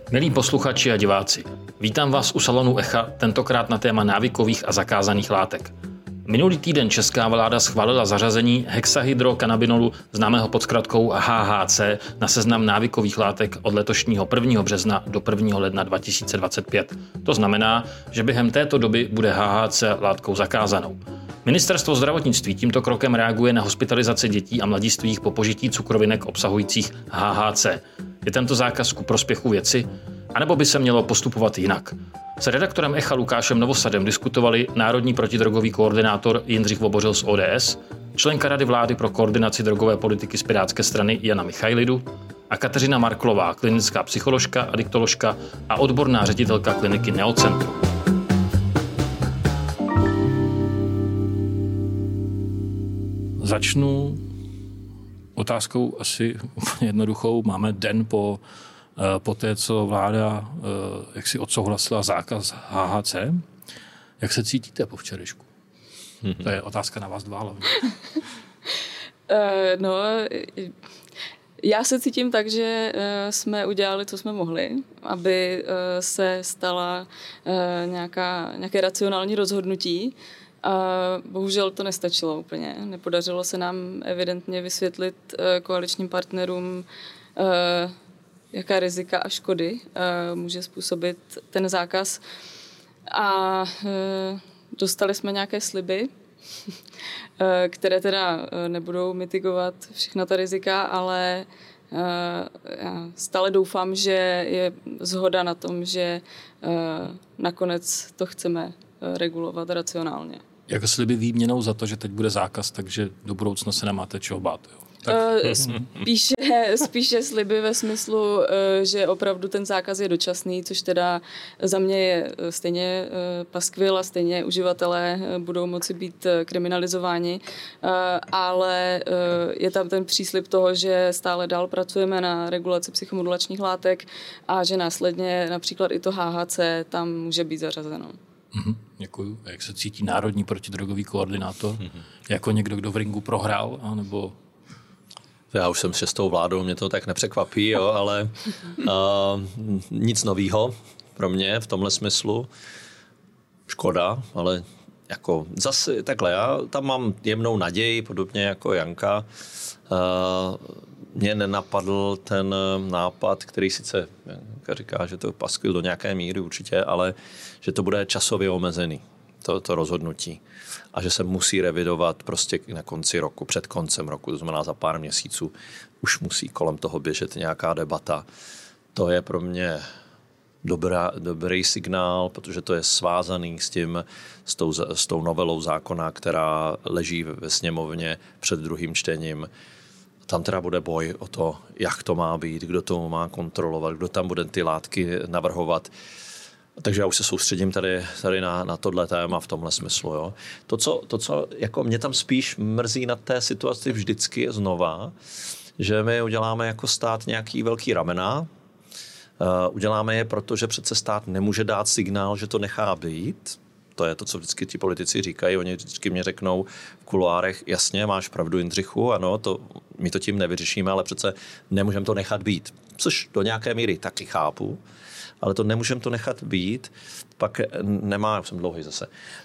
Milí posluchači a diváci, vítám vás u salonu Echa, tentokrát na téma návykových a zakázaných látek. Minulý týden česká vláda schválila zařazení hexahydrokanabinolu, známého pod zkratkou HHC, na seznam návykových látek od letošního 1. března do 1. ledna 2025. To znamená, že během této doby bude HHC látkou zakázanou. Ministerstvo zdravotnictví tímto krokem reaguje na hospitalizaci dětí a mladistvých po požití cukrovinek obsahujících HHC. Je tento zákaz ku prospěchu věci? A nebo by se mělo postupovat jinak? S redaktorem Echa Lukášem Novosadem diskutovali národní protidrogový koordinátor Jindřich Vobořil z ODS, členka Rady vlády pro koordinaci drogové politiky z Pirátské strany Jana Michailidu a Kateřina Marklová, klinická psycholožka, adiktoložka a odborná ředitelka kliniky Neocentrum. Začnu otázkou asi úplně jednoduchou. Máme den po té, co vláda jak si odsouhlasila zákaz HHC. Jak se cítíte po včerejšku? To je otázka na vás dva hlavně. Já se cítím tak, že jsme udělali, co jsme mohli, aby se stala nějaké racionální rozhodnutí. A bohužel to nestačilo úplně. Nepodařilo se nám evidentně vysvětlit koaličním partnerům, jaká rizika a škody může způsobit ten zákaz. A dostali jsme nějaké sliby, které teda nebudou mitigovat všechna ta rizika, ale já stále doufám, že je shoda na tom, že nakonec to chceme regulovat racionálně. Jak sliby výměnou za to, že teď bude zákaz, takže do budoucna se nemáte čeho bát? Jo? Spíše sliby ve smyslu, že opravdu ten zákaz je dočasný, což teda za mě je stejně paskvil a stejně uživatelé budou moci být kriminalizováni, ale je tam ten příslib toho, že stále dál pracujeme na regulaci psychomodulačních látek a že následně například i to HHC tam může být zařazeno. Děkuju. A jak se cítí národní protidrogový koordinátor? Jako někdo, kdo v ringu prohrál? Anebo... Já už jsem 6. vládou, mě to tak nepřekvapí, jo, ale nic novýho pro mě v tomhle smyslu. Škoda, ale jako zase takhle, já tam mám jemnou naději, podobně jako Janka. Mě nenapadl ten nápad, který sice Janka říká, že to paskvil do nějaké míry určitě, ale že to bude časově omezený, to rozhodnutí. A že se musí revidovat prostě na konci roku, před koncem roku, to znamená za pár měsíců, už musí kolem toho běžet nějaká debata. To je pro mě dobrý signál, protože to je svázaný s tou novelou zákona, která leží ve sněmovně před druhým čtením. Tam teda bude boj o to, jak to má být, kdo to má kontrolovat, kdo tam bude ty látky navrhovat. Takže já už se soustředím tady na tohle téma v tomhle smyslu. Jo. To, co jako mě tam spíš mrzí na té situaci vždycky je znova, že my uděláme jako stát nějaký velký ramena, uděláme je, protože přece stát nemůže dát signál, že to nechá být. To je to, co vždycky ti politici říkají. Oni vždycky mě řeknou v kuloárech, jasně, máš pravdu, Jindřichu, ano, my to tím nevyřešíme, ale přece nemůžeme to nechat být. Což do nějaké míry taky chápu, ale to nemůžeme to nechat být, pak nemá, už jsem dlouhý zase,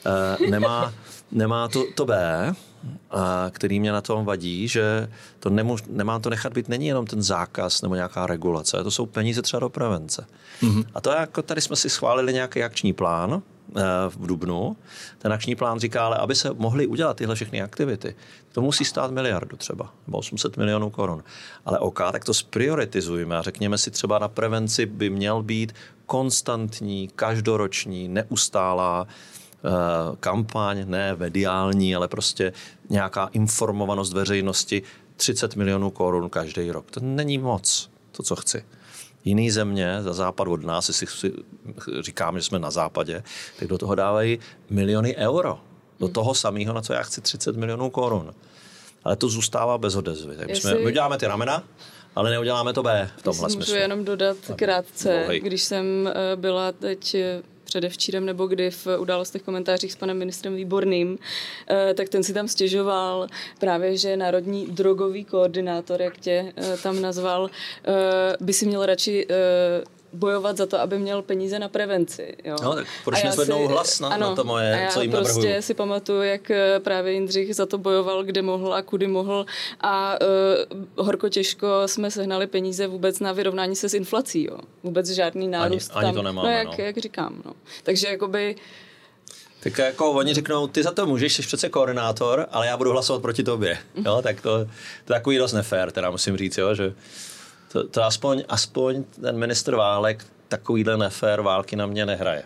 nemá to B, který mě na tom vadí, že to nemá to nechat být, není jenom ten zákaz nebo nějaká regulace, to jsou peníze třeba do prevence. A to jako tady jsme si schválili nějaký akční plán v dubnu. Ten akční plán říká, ale aby se mohly udělat tyhle všechny aktivity, to musí stát miliardu třeba, nebo 800 milionů korun. Ale tak to sprioritizujeme a řekněme si třeba na prevenci by měl být konstantní, každoroční, neustálá kampaň, ne mediální, ale prostě nějaká informovanost veřejnosti, 30 milionů korun každý rok. To není moc, to, co chci. Jiný země za západ od nás, jestli si říkáme, že jsme na západě, tak do toho dávají miliony euro. Do toho samého, na co já chci 30 milionů korun. Ale to zůstává bez odezvy. Tak my uděláme ty ramena, ale neuděláme to B v tomhle smyslu. Můžu jenom dodat krátce, když jsem byla teď předevčírem nebo kdy v Událostech komentářích s panem ministrem Výborným, tak ten si tam stěžoval právě, že národní drogový koordinátor, jak tě tam nazval, by si měl radši bojovat za to, aby měl peníze na prevenci. Jo? No, tak proč nezvednou hlas na to moje, co jim navrhuju? Prostě si pamatuju, jak právě Jindřich za to bojoval, kde mohl a kudy mohl a horko těžko jsme sehnali peníze vůbec na vyrovnání se s inflací. Jo? Vůbec žádný nárůst ani tam. To nemáme, jak říkám. No. Takže jakoby... Tak jako oni řeknou, ty za to můžeš, jsi přece koordinátor, ale já budu hlasovat proti tobě. Jo, tak to je takový dost nefér, teda musím říct, jo, že to aspoň ten ministr Válek takovýhle nefér války na mě nehraje.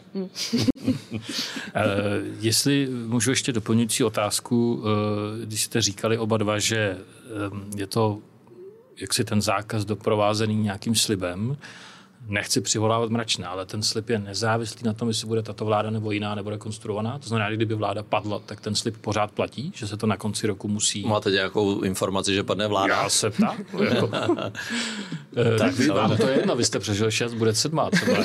Jestli můžu ještě doplňující otázku, když jste říkali oba dva, že je to jaksi ten zákaz doprovázený nějakým slibem, nechci přivolávat mračna, ale ten slib je nezávislý na tom, jestli bude tato vláda nebo jiná nebo rekonstruovaná. To znamená, kdyby vláda padla, tak ten slib pořád platí, že se to na konci roku musí... Máte nějakou informaci, že padne vláda? Já se ptám. Tak vám to je jedno, vy jste přežil 6, bude 7. Třeba,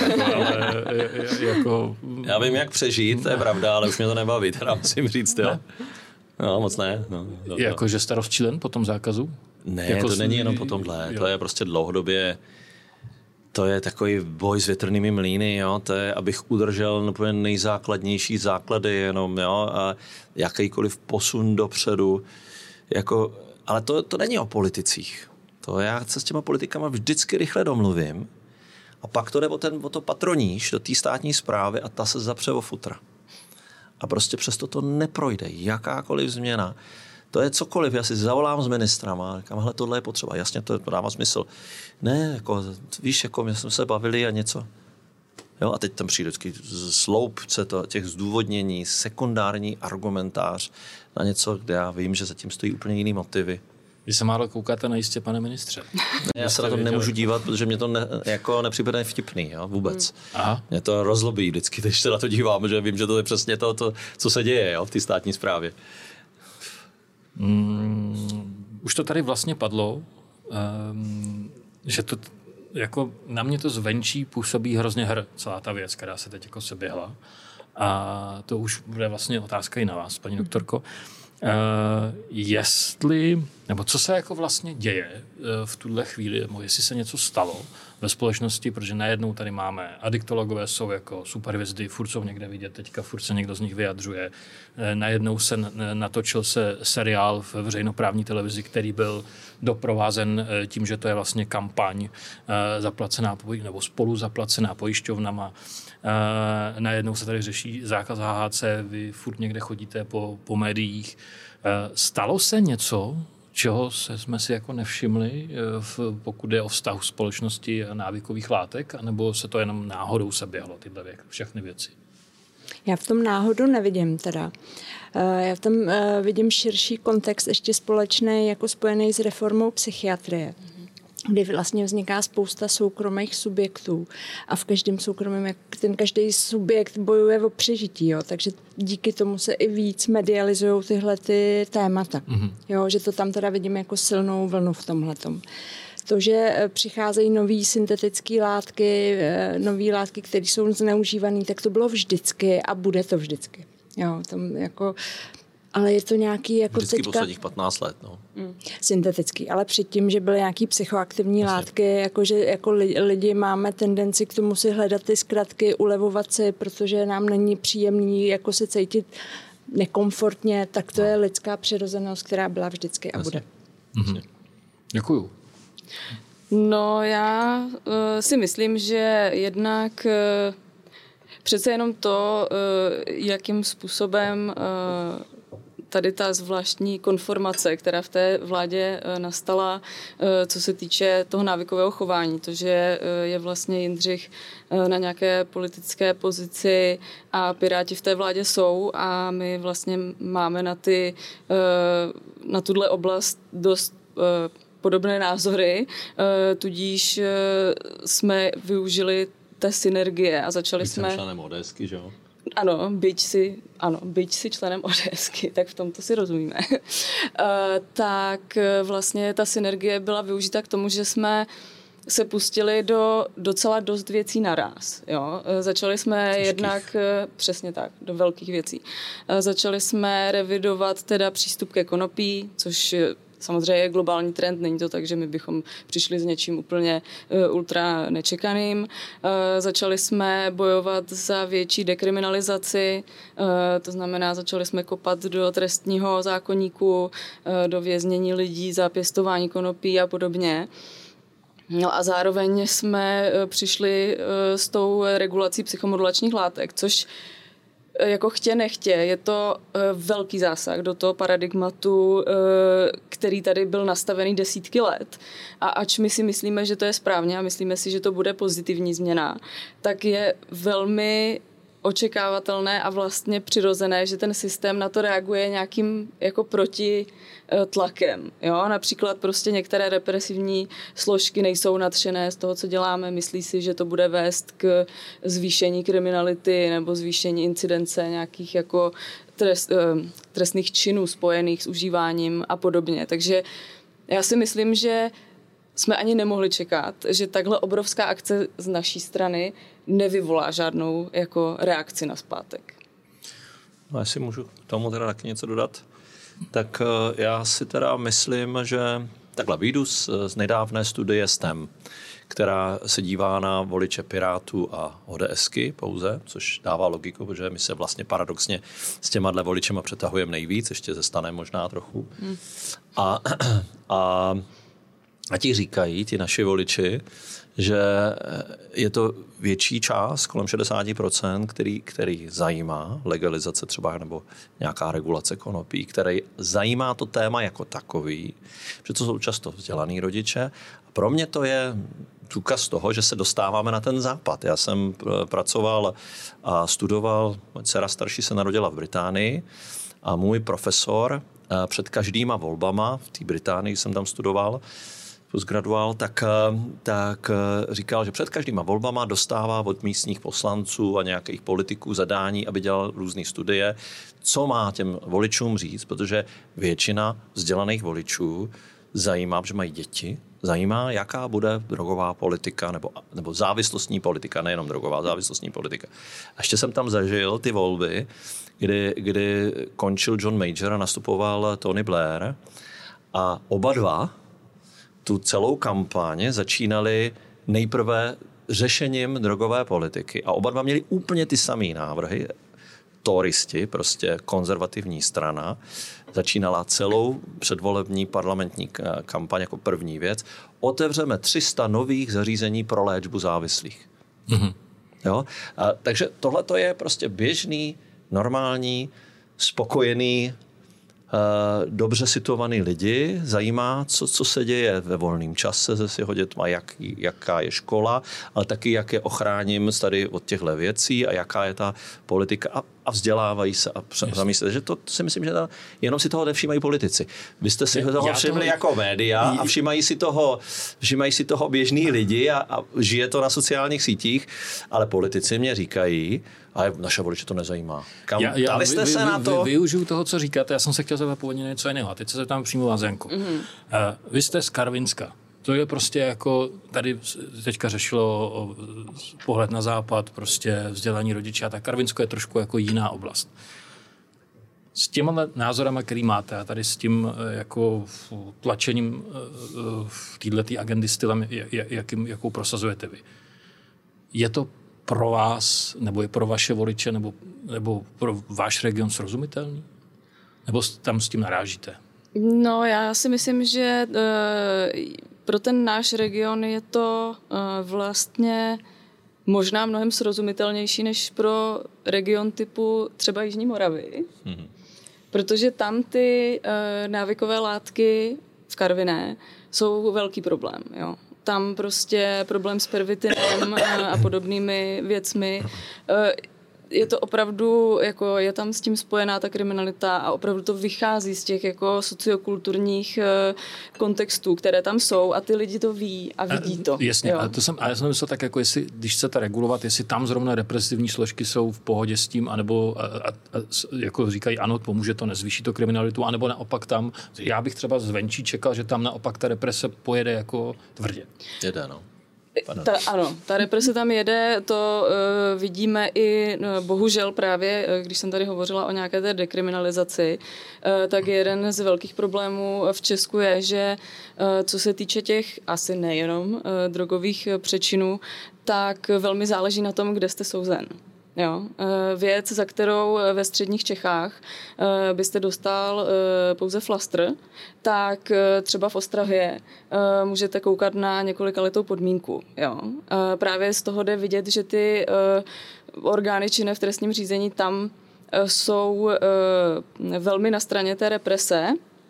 Já vím, jak přežít, to je pravda, ale už mě to nebaví, teda musím říct, jo. No, moc ne. Jako, že jste rozčilen po tom zákazu? Ne, jako to není jenom po tomhle, to je prostě dlouhodobě. To je takový boj s větrnými mlýny, jo? To je, abych udržel úplně nejzákladnější základy jenom, jo? A jakýkoliv posun dopředu. Jako, ale to není o politicích. Já se s těma politikama vždycky rychle domluvím a pak to jde o to patroníž do té státní správy a ta se zapře o futra. A prostě přesto to neprojde. Jakákoliv změna. To je cokoliv, já si zavolám s ministrama, říkám, hele, tohle je potřeba, jasně, to dává smysl. Ne, jako, víš, jako my jsme se bavili a něco. Jo, a teď tam přijde vždycky sloupce těch zdůvodnění, sekundární argumentář na něco, kde já vím, že zatím stojí úplně jiný motivy. Vy se málo koukáte na jistě, pane ministře. Já se na to nemůžu dívat, protože mě to nepřipadne vtipný, jo, vůbec. Aha. Mě to rozlobí vždycky, když se na to dívám, že vím, že to je přesně to co se děje, jo, v té státní správě. Už to tady vlastně padlo, že to jako na mě to zvenčí působí hrozně celá ta věc, která se teď jako se běhla. A to už bude vlastně otázka i na vás, paní doktorko. Nebo co se jako vlastně děje v tuhle chvíli, nebo jestli se něco stalo ve společnosti, protože najednou tady máme adiktologové, jsou jako superhvězdy, furt jsou někde vidět, teďka furt se někdo z nich vyjadřuje. Najednou se natočil se seriál v veřejnoprávní televizi, který byl doprovázen tím, že to je vlastně kampaň zaplacená nebo spolu zaplacená pojišťovnama. Najednou se tady řeší zákaz HHC, vy furt někde chodíte po médiích. Stalo se něco, čeho jsme si jako nevšimli, pokud je o vztahu společnosti a návykových látek, anebo se to jenom náhodou se běhlo, tyhle všechny věci? Já v tom náhodu nevidím teda. Já v tom vidím širší kontext ještě společný, jako spojený s reformou psychiatrie, kdy vlastně vzniká spousta soukromých subjektů a v každém soukromém, ten každý subjekt bojuje o přežití, jo? Takže díky tomu se i víc medializují tyhle ty témata. Jo? Že to tam teda vidím jako silnou vlnu v tomhletom. To, že přicházejí nový syntetické látky, nový látky, které jsou zneužívané, tak to bylo vždycky a bude to vždycky. Jo, tam jako... Ale je to nějaký jako vždycky teďka... posledních 15 let, no. Syntetický, ale předtím, že byly nějaký psychoaktivní látky, jakože jako lidi máme tendenci k tomu si hledat ty zkratky, ulevovat si, protože nám není příjemný jako se cítit nekomfortně, tak to je lidská přirozenost, která byla vždycky a bude. Děkuju. No, já si myslím, že jednak přece jenom to, jakým způsobem tady ta zvláštní konformace, která v té vládě nastala, co se týče toho návykového chování. To, že je vlastně Jindřich na nějaké politické pozici a Piráti v té vládě jsou a my vlastně máme na tuhle oblast dost podobné názory, tudíž jsme využili té synergie a začali jsme... Jsem členem ODSky, že jo? Ano, byť si členem ODSky, tak v tomto si rozumíme. Tak vlastně ta synergie byla využita k tomu, že jsme se pustili do docela dost věcí naráz. Jo? Začali jsme jednak, přesně tak, do velkých věcí. Začali jsme revidovat teda přístup ke konopí, což samozřejmě je globální trend, není to tak, že my bychom přišli s něčím úplně ultra nečekaným. Začali jsme bojovat za větší dekriminalizaci, to znamená, začali jsme kopat do trestního zákoníku, do věznění lidí za pěstování konopí a podobně. No a zároveň jsme přišli s tou regulací psychomodulačních látek, což jako chtě nechtě, je to velký zásah do toho paradigmatu, který tady byl nastavený desítky let. A ač my si myslíme, že to je správně a myslíme si, že to bude pozitivní změna, tak je velmi očekávatelné a vlastně přirozené, že ten systém na to reaguje nějakým jako protitlakem. Jo? Například prostě některé represivní složky nejsou nadšené z toho, co děláme, myslí si, že to bude vést k zvýšení kriminality nebo zvýšení incidence nějakých jako trestných činů spojených s užíváním a podobně. Takže já si myslím, že jsme ani nemohli čekat, že takhle obrovská akce z naší strany nevyvolá žádnou jako reakci nazpátek. No, jestli můžu k tomu teda taky něco dodat, tak já si teda myslím, že takhle vyjdu z nedávné studie STEM, která se dívá na voliče Pirátů a ODSky pouze, což dává logiku, protože my se vlastně paradoxně s těma voličema přetahujeme nejvíc, ještě ze STANem možná trochu. A ti říkají, ti naši voliči, že je to větší část, kolem 60%, který zajímá legalizace třeba nebo nějaká regulace konopí, který zajímá to téma jako takový, protože to jsou často vzdělaný rodiče. A pro mě to je důkaz toho, že se dostáváme na ten západ. Já jsem pracoval a studoval, moje dcera starší se narodila v Británii a můj profesor před každýma volbama, v té Británii jsem tam studoval, postgraduál, tak říkal, že před každýma volbama dostává od místních poslanců a nějakých politiků zadání, aby dělal různé studie, co má těm voličům říct, protože většina vzdělaných voličů zajímá, že mají děti, zajímá, jaká bude drogová politika nebo závislostní politika, nejenom drogová, závislostní politika. A ještě jsem tam zažil ty volby, kdy končil John Major a nastupoval Tony Blair a oba dva tu celou kampaň začínali nejprve řešením drogové politiky a oba dva měli úplně ty samé návrhy. Toristi, prostě konzervativní strana, začínala celou předvolební parlamentní kampaň jako první věc. Otevřeme 300 nových zařízení pro léčbu závislých. Mm-hmm. Jo? Takže tohle to je prostě běžný, normální, spokojený, dobře situovaný lidi, zajímá, co se děje ve volném čase se jeho dětma, jaká je škola, ale taky jak je ochráním tady od těchto věcí a jaká je ta politika a vzdělávají se a zamyslí. že to si myslím, že jenom si toho nevšímají politici. Vy jste si toho všimli jako média a všímají si toho běžný lidi a žije to na sociálních sítích, ale politici mě říkají, ale naše voliče to nezajímá. Dali jste se na to? Využiju toho, co říkáte. Já jsem se chtěl zeptat původně něco jiného. A teď se zeptám přímo vás, Janko. Mm-hmm. Vy jste z Karvinska. To je prostě jako, tady teďka řešilo pohled na západ, prostě vzdělání rodiče a tak. Karvinsko je trošku jako jiná oblast. S těma názorama, který máte a tady s tím jako tlačením v této agendy stylem, jakou prosazujete vy. Je to pro vás, nebo je pro vaše voliče, nebo pro váš region srozumitelný? Nebo tam s tím narážíte? No, já si myslím, že pro ten náš region je to vlastně možná mnohem srozumitelnější než pro region typu třeba Jižní Moravy. Mm-hmm. Protože tam ty návykové látky v Karviné jsou velký problém, jo. Tam prostě problém s pervitinem a podobnými věcmi. Je to opravdu, jako je tam s tím spojená ta kriminalita a opravdu to vychází z těch jako sociokulturních kontextů, které tam jsou a ty lidi to ví a vidí to. Jasně, a já jsem myslel tak, jako jestli, když chcete regulovat, jestli tam zrovna represivní složky jsou v pohodě s tím, anebo jako říkají, ano, pomůže to, nezvýší to kriminalitu, anebo naopak tam, já bych třeba zvenčí čekal, že tam naopak ta represe pojede jako tvrdě. Jede, no. Ano, ta represe tam jede, to vidíme i bohužel právě, když jsem tady hovořila o nějaké té dekriminalizaci, tak jeden z velkých problémů v Česku je, že co se týče těch asi nejenom drogových přečinů, tak velmi záleží na tom, kde jste souzen. Jo. Věc, za kterou ve středních Čechách byste dostal pouze flastr, tak třeba v Ostravě můžete koukat na několikaletou podmínku. Jo. Právě z toho jde vidět, že ty orgány činné v trestním řízení tam jsou velmi na straně té represe,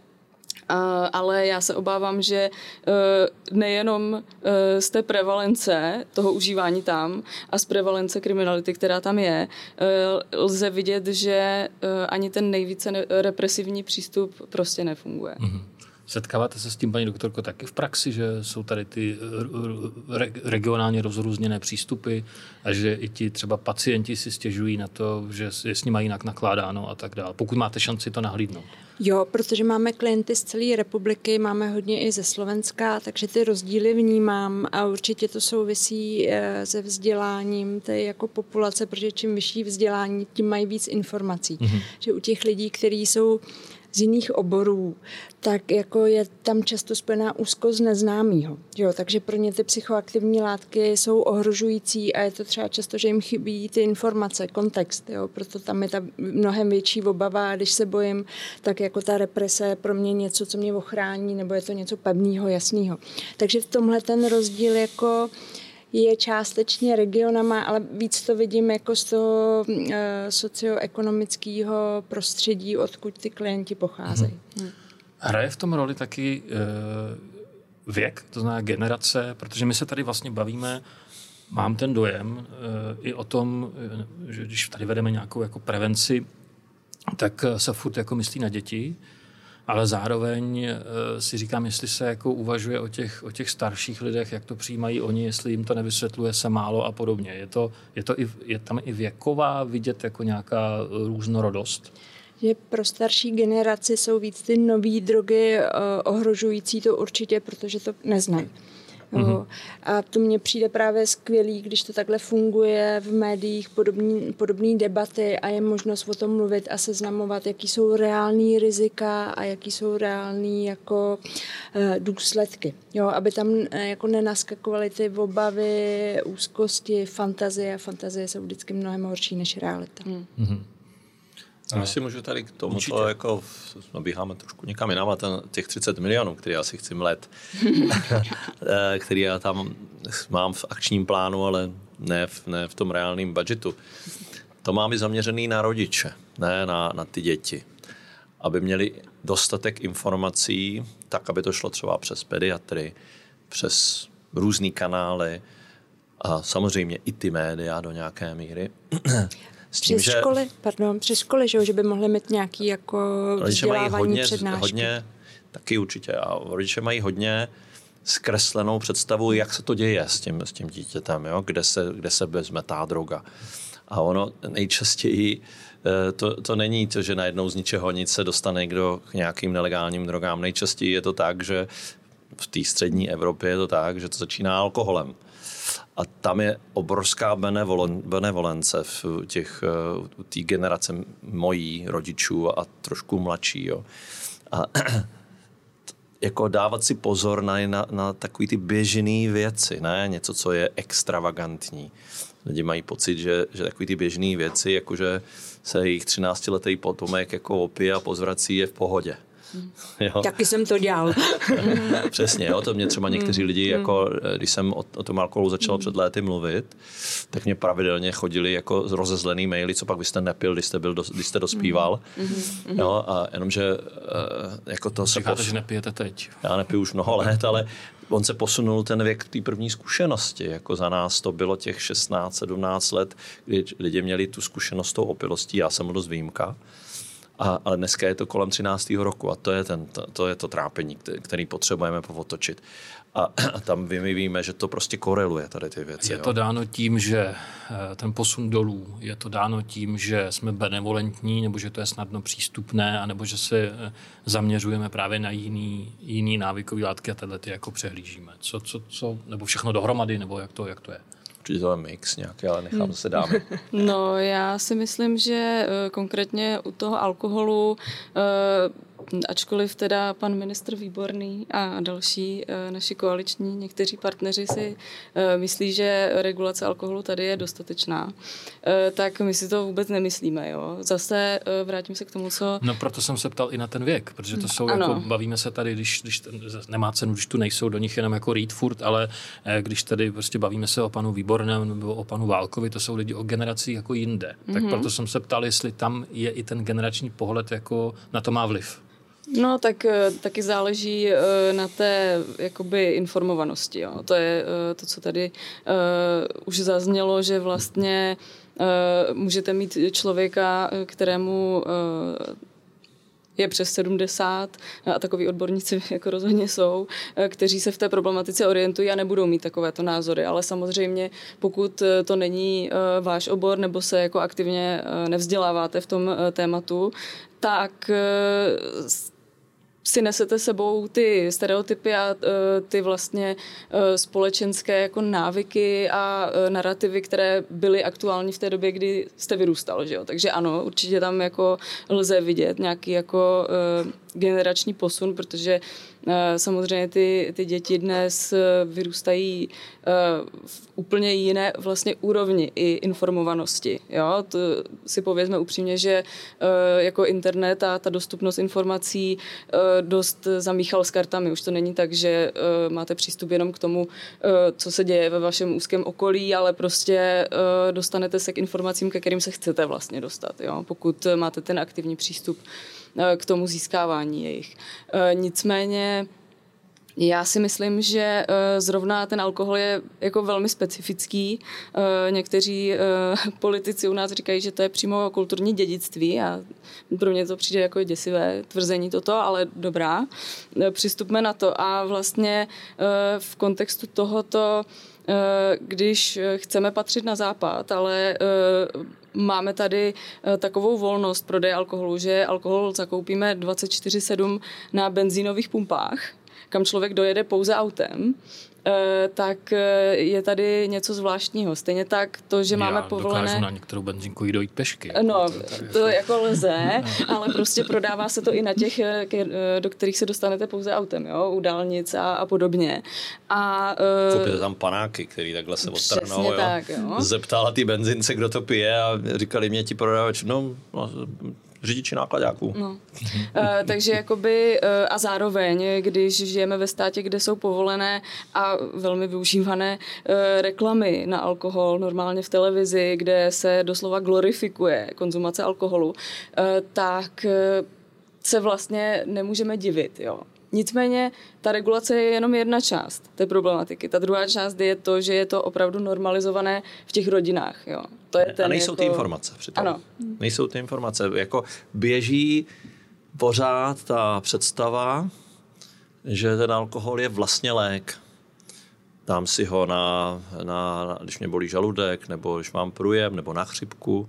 ale já se obávám, že nejenom z té prevalence toho užívání tam a z prevalence kriminality, která tam je, lze vidět, že ani ten nejvíce represivní přístup prostě nefunguje. Mm-hmm. Setkáváte se s tím, paní doktorko, taky v praxi, že jsou tady ty regionálně rozrůzněné přístupy a že i ti třeba pacienti si stěžují na to, že je s nimi jinak nakládáno a tak dále, pokud máte šanci to nahlídnout? Jo, protože máme klienty z celé republiky, máme hodně i ze Slovenska, takže ty rozdíly vnímám a určitě to souvisí se vzděláním té jako populace, protože čím vyšší vzdělání, tím mají víc informací. Mm-hmm. Že u těch lidí, kteří jsou z jiných oborů, tak jako je tam často spojená úzkost neznámýho. Jo, takže pro ně ty psychoaktivní látky jsou ohrožující a je to třeba často, že jim chybí ty informace, kontext. Jo, proto tam je ta mnohem větší obava a když se bojím, tak jako ta represe je pro mě něco, co mě ochrání, nebo je to něco pevného, jasného. Takže v tomhle ten rozdíl jako je částečně regionama, ale víc to vidím jako z toho socioekonomického prostředí, odkud ty klienti pocházejí. Hraje v tom roli taky věk, to znamená generace, protože my se tady vlastně bavíme, mám ten dojem i o tom, že když tady vedeme nějakou jako prevenci, tak se furt jako myslí na děti, ale zároveň si říkám, jestli se jako uvažuje o těch starších lidech, jak to přijímají oni, jestli jim to nevysvětluje se málo a podobně. Je tam i věková vidět jako nějaká různorodost? Že pro starší generaci jsou víc ty nový drogy ohrožující to určitě, protože to neznají. Mm-hmm. A to mně přijde právě skvělý, když to takhle funguje v médiích, podobné debaty a je možnost o tom mluvit a seznamovat, jaký jsou reální rizika a jaký jsou reální jako důsledky. Jo, aby tam jako nenaskakovaly ty obavy, úzkosti, fantazie. Fantazie jsou vždycky mnohem horší než realita. Mm-hmm. Já si můžu tady k tomu, jako nabíháme trošku někam jinam, a těch 30 milionů, který já si chci mlet, který já tam mám v akčním plánu, ale ne v tom reálném budžetu. To mám i zaměřený na rodiče, ne na ty děti. Aby měli dostatek informací, tak, aby to šlo třeba přes pediatry, přes různý kanály a samozřejmě i ty média do nějaké míry. Přes školy, že by mohly mít nějaký jako vzdělávání přednášky. Hodně, taky určitě. A rodiče mají hodně zkreslenou představu, jak se to děje s tím dítětem, jo? Kde se vezme ta droga. A ono nejčastěji to není to, že najednou z ničeho nic se dostane někdo k nějakým nelegálním drogám. Nejčastěji je to tak, že v té střední Evropě je to tak, že to začíná alkoholem. A tam je obrovská benevolence v té generace mojí rodičů a trošku mladší. Jo. A jako dávat si pozor na takový ty běžné věci, ne něco, co je extravagantní. Lidi mají pocit, že takový ty běžné věci, jakože se jejich 13letý potomek jako opije a pozvrací, je v pohodě. Jo. Taky jsem to dělal. Přesně, jo, to mě třeba někteří lidi, jako, když jsem o tom alkoholu začal před léty mluvit, tak mě pravidelně chodili jako rozezlený maily, co pak byste nepil, když jste dospíval. Jo, a jenomže jako to se... Říkáte, že nepijete teď. Já nepiju už mnoho let, ale on se posunul ten věk té první zkušenosti. Jako za nás to bylo těch 16-17 let, kdy lidi měli tu zkušenost s tou opilostí, já jsem byl dost výjimka. Ale dneska je to kolem 13. roku a to je to trápení, který potřebujeme povotočit. A tam my víme, že to prostě koreluje tady ty věci. Je to dáno tím, že ten posun dolů, je to dáno tím, že jsme benevolentní, nebo že to je snadno přístupné, anebo že se zaměřujeme právě na jiný návykový látky a tyhle ty jako přehlížíme. Co, nebo všechno dohromady, nebo jak to je? Určitě to je mix nějaký, ale nechám zase dáme. No, já si myslím, že konkrétně u toho alkoholu, ačkoliv teda pan ministr Výborný a další naši koaliční někteří partneři si myslí, že regulace alkoholu tady je dostatečná, tak my si to vůbec nemyslíme. Jo? Zase vrátím se k tomu, co... No proto jsem se ptal i na ten věk, protože to jsou, jako, bavíme se tady, když nemá cenu, když tu nejsou do nich jenom jako read furt, ale když tady prostě bavíme se o panu Výborném nebo o panu Válkovi, to jsou lidi o generaci jako jinde. Tak proto jsem se ptal, jestli tam je i ten generační pohled, jako na to má vliv. No, tak taky záleží na té jakoby informovanosti. Jo. To je to, co tady už zaznělo, že vlastně můžete mít člověka, kterému je přes 70 a takový odborníci jako rozhodně jsou, kteří se v té problematice orientují a nebudou mít takovéto názory. Ale samozřejmě, pokud to není váš obor nebo se jako aktivně nevzděláváte v tom tématu, tak si nesete sebou ty stereotypy a ty vlastně společenské jako návyky a narrativy, které byly aktuální v té době, kdy jste vyrůstal, že jo? Takže ano, určitě tam jako lze vidět nějaký jako generační posun, protože samozřejmě ty děti dnes vyrůstají v úplně jiné vlastně úrovni i informovanosti. Jo? To si povězme upřímně, že jako internet a ta dostupnost informací dost zamíchal s kartami. Už to není tak, že máte přístup jenom k tomu, co se děje ve vašem úzkém okolí, ale prostě dostanete se k informacím, ke kterým se chcete vlastně dostat, jo? Pokud máte ten aktivní přístup k tomu získávání jejich. Nicméně já si myslím, že zrovna ten alkohol je jako velmi specifický. Někteří politici u nás říkají, že to je přímo kulturní dědictví a pro mě to přijde jako děsivé tvrzení toto, ale dobrá. Přistupme na to a vlastně v kontextu tohoto, když chceme patřit na západ, ale máme tady takovou volnost prodeje alkoholu, že alkohol zakoupíme 24/7 na benzínových pumpách, kam člověk dojede pouze autem, tak je tady něco zvláštního. Stejně tak to, že máme povolené... Dokážu na některou benzínku jít dojít pešky. No, to jako lze, ale prostě prodává se to i na těch, do kterých se dostanete pouze autem, jo? U dálnic a podobně. A koupíte tam panáky, který takhle se odtrhnou. Jo? Tak, jo? Zeptala ty benzince, kdo to pije a říkali mě ti prodávač, řidiči nákladáků. No. Takže jakoby a zároveň, když žijeme ve státě, kde jsou povolené a velmi využívané reklamy na alkohol, normálně v televizi, kde se doslova glorifikuje konzumace alkoholu, tak se vlastně nemůžeme divit, jo. Nicméně ta regulace je jenom jedna část té problematiky. Ta druhá část je to, že je to opravdu normalizované v těch rodinách. Jo. To je ten a nejsou jako... ty informace přitom. Ano. Nejsou ty informace. Jako běží pořád ta představa, že ten alkohol je vlastně lék. Dám si ho když mě bolí žaludek, nebo když mám průjem, nebo na chřipku.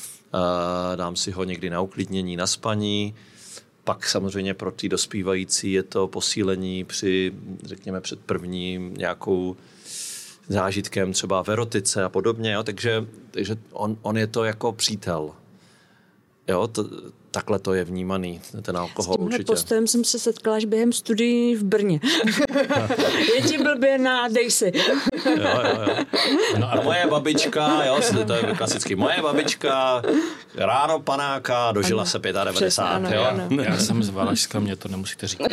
Dám si ho někdy na uklidnění, na spaní. Pak samozřejmě pro ty dospívající je to posílení řekněme, před prvním nějakou zážitkem třeba v erotice a podobně. Jo? Takže on je to jako přítel. Jo? Takhle to je vnímaný, ten alkohol určitě. S tímhle postojem jsem se setkala až během studií v Brně. Je ti blbě, dej si. Jo. No a moje babička, to je klasicky, moje babička ráno panáka, dožila se 95. Ano. Já jsem z Valašska, mě to nemusíte říkat.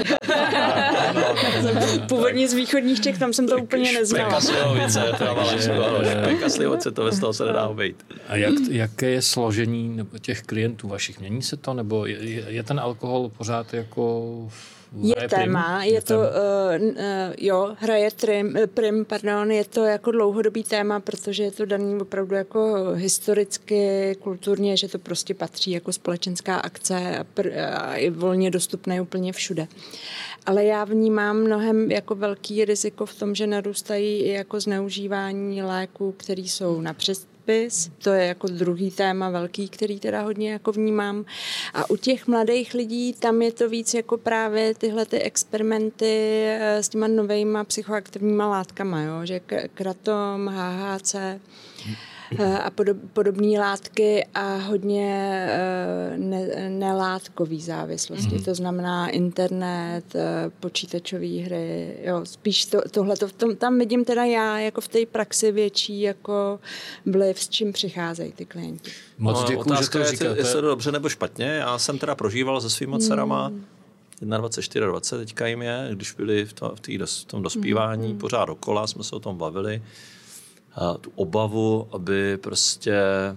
Původně z východních Čech, tam jsem to úplně neznala. Špeka Slivovice, to bez toho se nedá obejít. A jaké je složení těch klientů vašich? Mění se to? to, nebo je ten alkohol pořád jako... Je téma, je to, hraje prim, je to jako dlouhodobý téma, protože je to daný opravdu jako historicky, kulturně, že to prostě patří jako společenská akce a je volně dostupné úplně všude. Ale já vnímám mnohem jako velký riziko v tom, že narůstají i jako zneužívání léků, které jsou na předpis. To je jako druhý téma velký, který teda hodně jako vnímám. A u těch mladých lidí tam je to víc jako právě tyhle ty experimenty s těma novejma psychoaktivníma látkama, jo? Že kratom, HHC a podobné látky a hodně nelátkový závislosti. To znamená internet, počítačové hry, jo, spíš tohleto. Tam vidím teda já jako v té praxi větší jako vliv, s čím přicházejí ty klienti. Moc děkuju, že to říkáte. Jestli to dobře nebo špatně. Já jsem teda prožíval se svýma dcerama 21, 24 teďka jim je, když byli v tom dospívání, pořád dokola jsme se o tom bavili. A tu obavu, aby prostě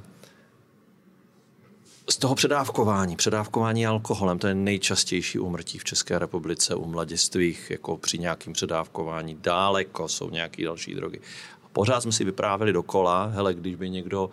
z toho předávkování alkoholem, to je nejčastější úmrtí v České republice u mladistvých, jako při nějakým předávkování, daleko jsou nějaké další drogy. A pořád jsme si vyprávěli dokola, hele, když by někdo,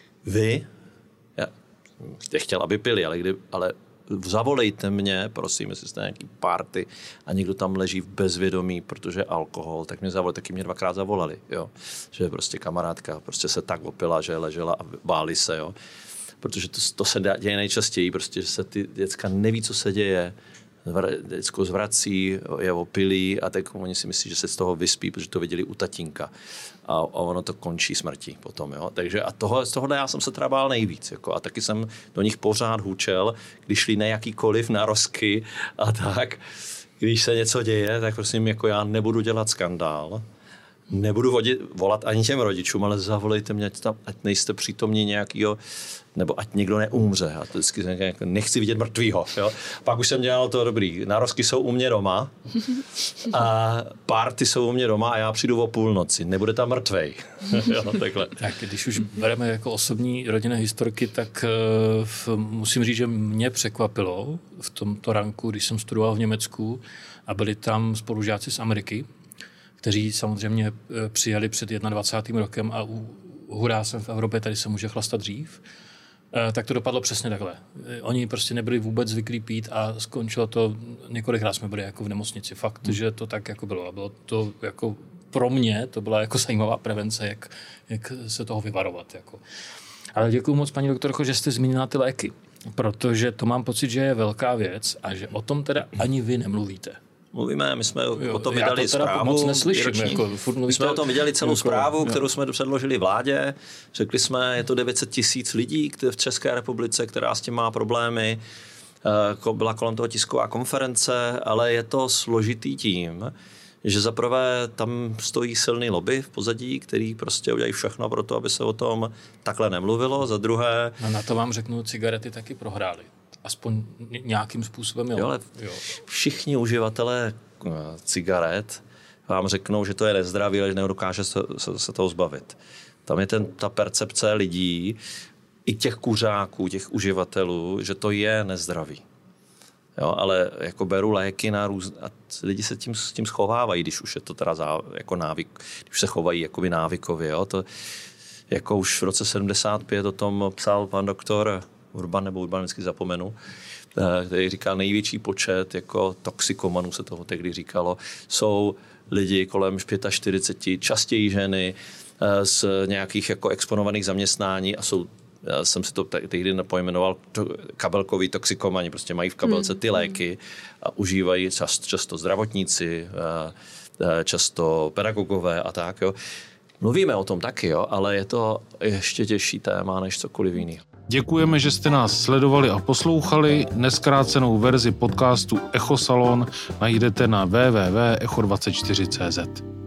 já chtěl, aby pili, ale zavolejte mě, prosím, jestli jste nějaký party a někdo tam leží v bezvědomí, protože alkohol, tak mě zavolali, taky mě 2krát zavolali, jo. Že prostě kamarádka prostě se tak opila, že ležela a báli se, jo. Protože to se děje nejčastěji, prostě, že se ty děcka neví, co se děje, děcko zvrací, je opilý a tak oni si myslí, že se z toho vyspí, protože to viděli u tatínka. A ono to končí smrtí potom. Jo? Takže a z tohohle já jsem se teda bál nejvíc. Jako, a taky jsem do nich pořád hučel, když šli na jakýkoliv narozky a tak. Když se něco děje, tak prosím, jako já nebudu dělat skandál, nebudu volat ani těm rodičům, ale zavolejte mě, ať nejste přítomní nějakýho, nebo ať někdo neumře. A to vždycky nechci vidět mrtvýho. Jo? Pak už jsem dělal to dobrý. Narozky jsou u mě doma a party jsou u mě doma a já přijdu o půlnoci. Nebude tam mrtvej. Jo, takhle. Tak když už bereme jako osobní rodinné historky, tak musím říct, že mě překvapilo v tomto ranku, když jsem studoval v Německu a byli tam spolužáci z Ameriky, kteří samozřejmě přijeli před 21. rokem a hurá jsem v Evropě, tady se může chlastat dřív, tak to dopadlo přesně takhle. Oni prostě nebyli vůbec zvyklí pít a skončilo to, několikrát jsme byli jako v nemocnici. Fakt, že to tak jako bylo. A bylo to jako pro mě, to byla jako zajímavá prevence, jak se toho vyvarovat. Jako. Ale děkuju moc, paní doktorko, že jste zmínila ty léky, protože to mám pocit, že je velká věc a že o tom teda ani vy nemluvíte. Mluvíme, my jsme o tom vydali zprávu. Moc neslyším, jako, my jsme o tom vydali celou zprávu, kterou jsme předložili vládě. Řekli jsme, je to 900 000 lidí v České republice, která s tím má problémy. Byla kolem toho tisková konference, ale je to složitý tím, že zaprvé tam stojí silný lobby v pozadí, který prostě udělají všechno pro to, aby se o tom takhle nemluvilo. Za druhé... No na to vám řeknu, cigarety taky prohrály. Aspoň nějakým způsobem, jo. Ale všichni uživatelé cigaret vám řeknou, že to je nezdravý, ale že nedokáže se toho zbavit. Tam je ta percepce lidí, i těch kuřáků, těch uživatelů, že to je nezdravý. Jo, ale jako beru léky na a lidi se s tím schovávají, když už je to teda jako návyk, když se chovají jakoby návykově. Jo. To, jako už v roce 75 o tom psal pan doktor Urban, nebo Urban, vždycky zapomenu, který říká, největší počet jako toxikomanů, se toho tehdy říkalo, jsou lidi kolem 45, častěji ženy z nějakých jako exponovaných zaměstnání a jsou, já jsem si to tehdy pojmenoval, kabelkový toxikomani, prostě mají v kabelce ty léky a užívají často zdravotníci, často pedagogové a tak. Jo. Mluvíme o tom taky, jo, ale je to ještě těžší téma než cokoliv jiného. Děkujeme, že jste nás sledovali a poslouchali. Nezkrácenou verzi podcastu Echo Salon najdete na www.echo24.cz.